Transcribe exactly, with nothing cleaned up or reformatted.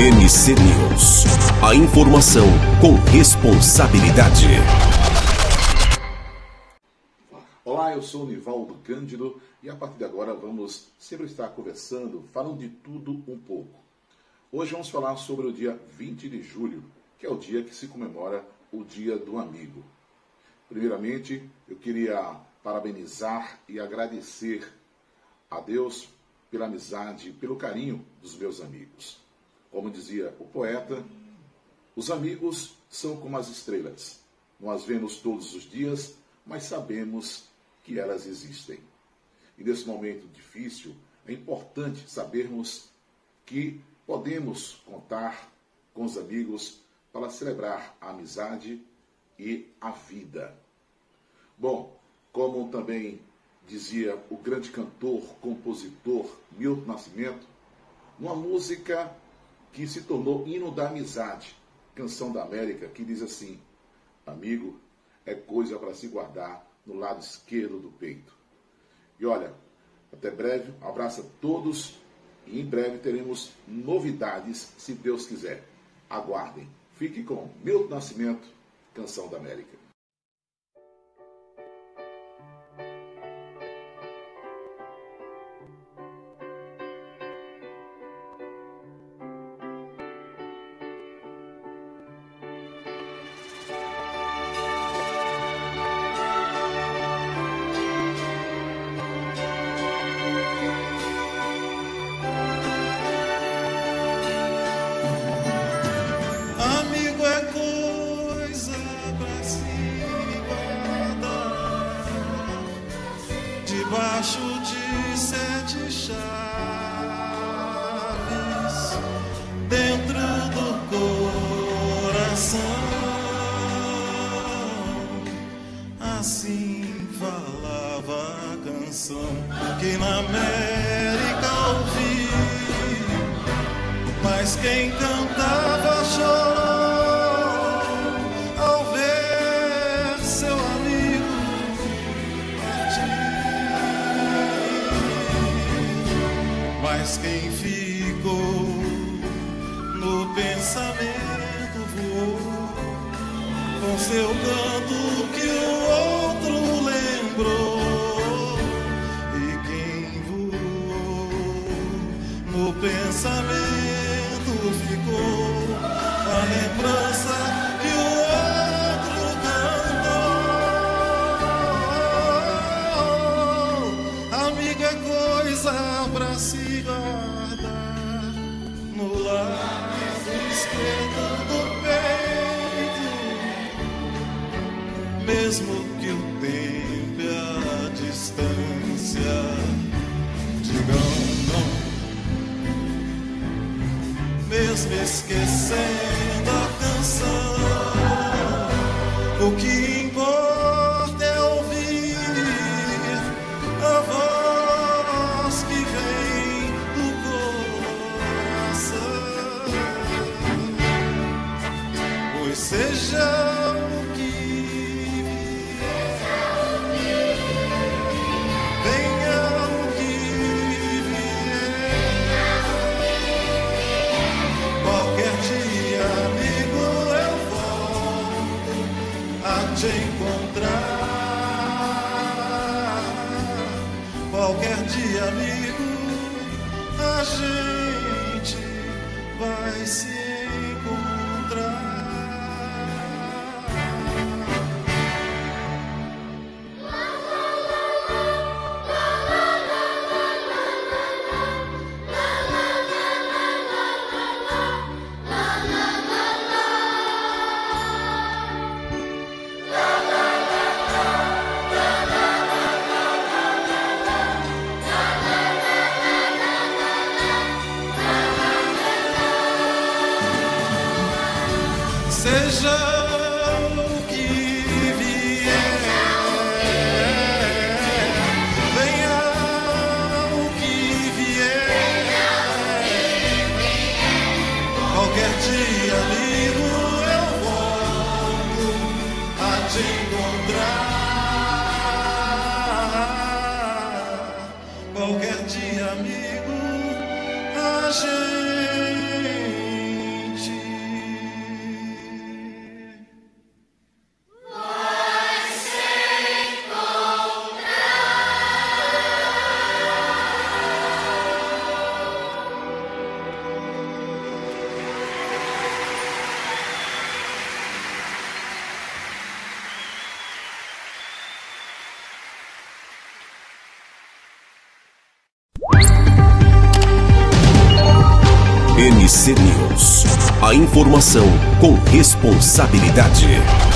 M C News. A informação com responsabilidade. Olá, eu sou o Nivaldo Cândido e a partir de agora vamos sempre estar conversando, falando de tudo um pouco. Hoje vamos falar sobre o dia vinte de julho, que é o dia que se comemora o Dia do Amigo. Primeiramente, eu queria parabenizar e agradecer a Deus pela amizade, pelo carinho dos meus amigos. Como dizia o poeta, os amigos são como as estrelas. Não as vemos todos os dias, mas sabemos que elas existem. E nesse momento difícil, é importante sabermos que podemos contar com os amigos para celebrar a amizade e a vida. Bom, como também dizia o grande cantor, compositor Milton Nascimento, uma música que se tornou hino da amizade, Canção da América, que diz assim: amigo é coisa para se guardar no lado esquerdo do peito. E olha, até breve, um abraço a todos e em breve teremos novidades, se Deus quiser. Aguardem. Fique com Milton Nascimento, Canção da América. Debaixo de sete chaves, dentro do coração, assim falava a canção que na América ouvi, mas quem cantava chorou ao ver seu amigo partir. Mas quem ficou no pensamento voou com seu canto que o outro lembrou. E quem voou no pensamento ficou a lembrança que o outro cantou. Amiga é coisa pra se guardar no lado esquerdo do peito, mesmo que o tempo e a distância digam não, mesmo esquecendo a canção, o que importa é ouvir a voz que vem do coração. Pois seja o que vier, venha o que vier, qualquer dia, amigo, eu volto a te encontrar. Qualquer dia, amigo, a gente vai se encontrar. Seja o que vier, venha o que vier, qualquer dia, amigo, eu volto a te encontrar. Qualquer dia, amigo, a gente M C News. A informação com responsabilidade.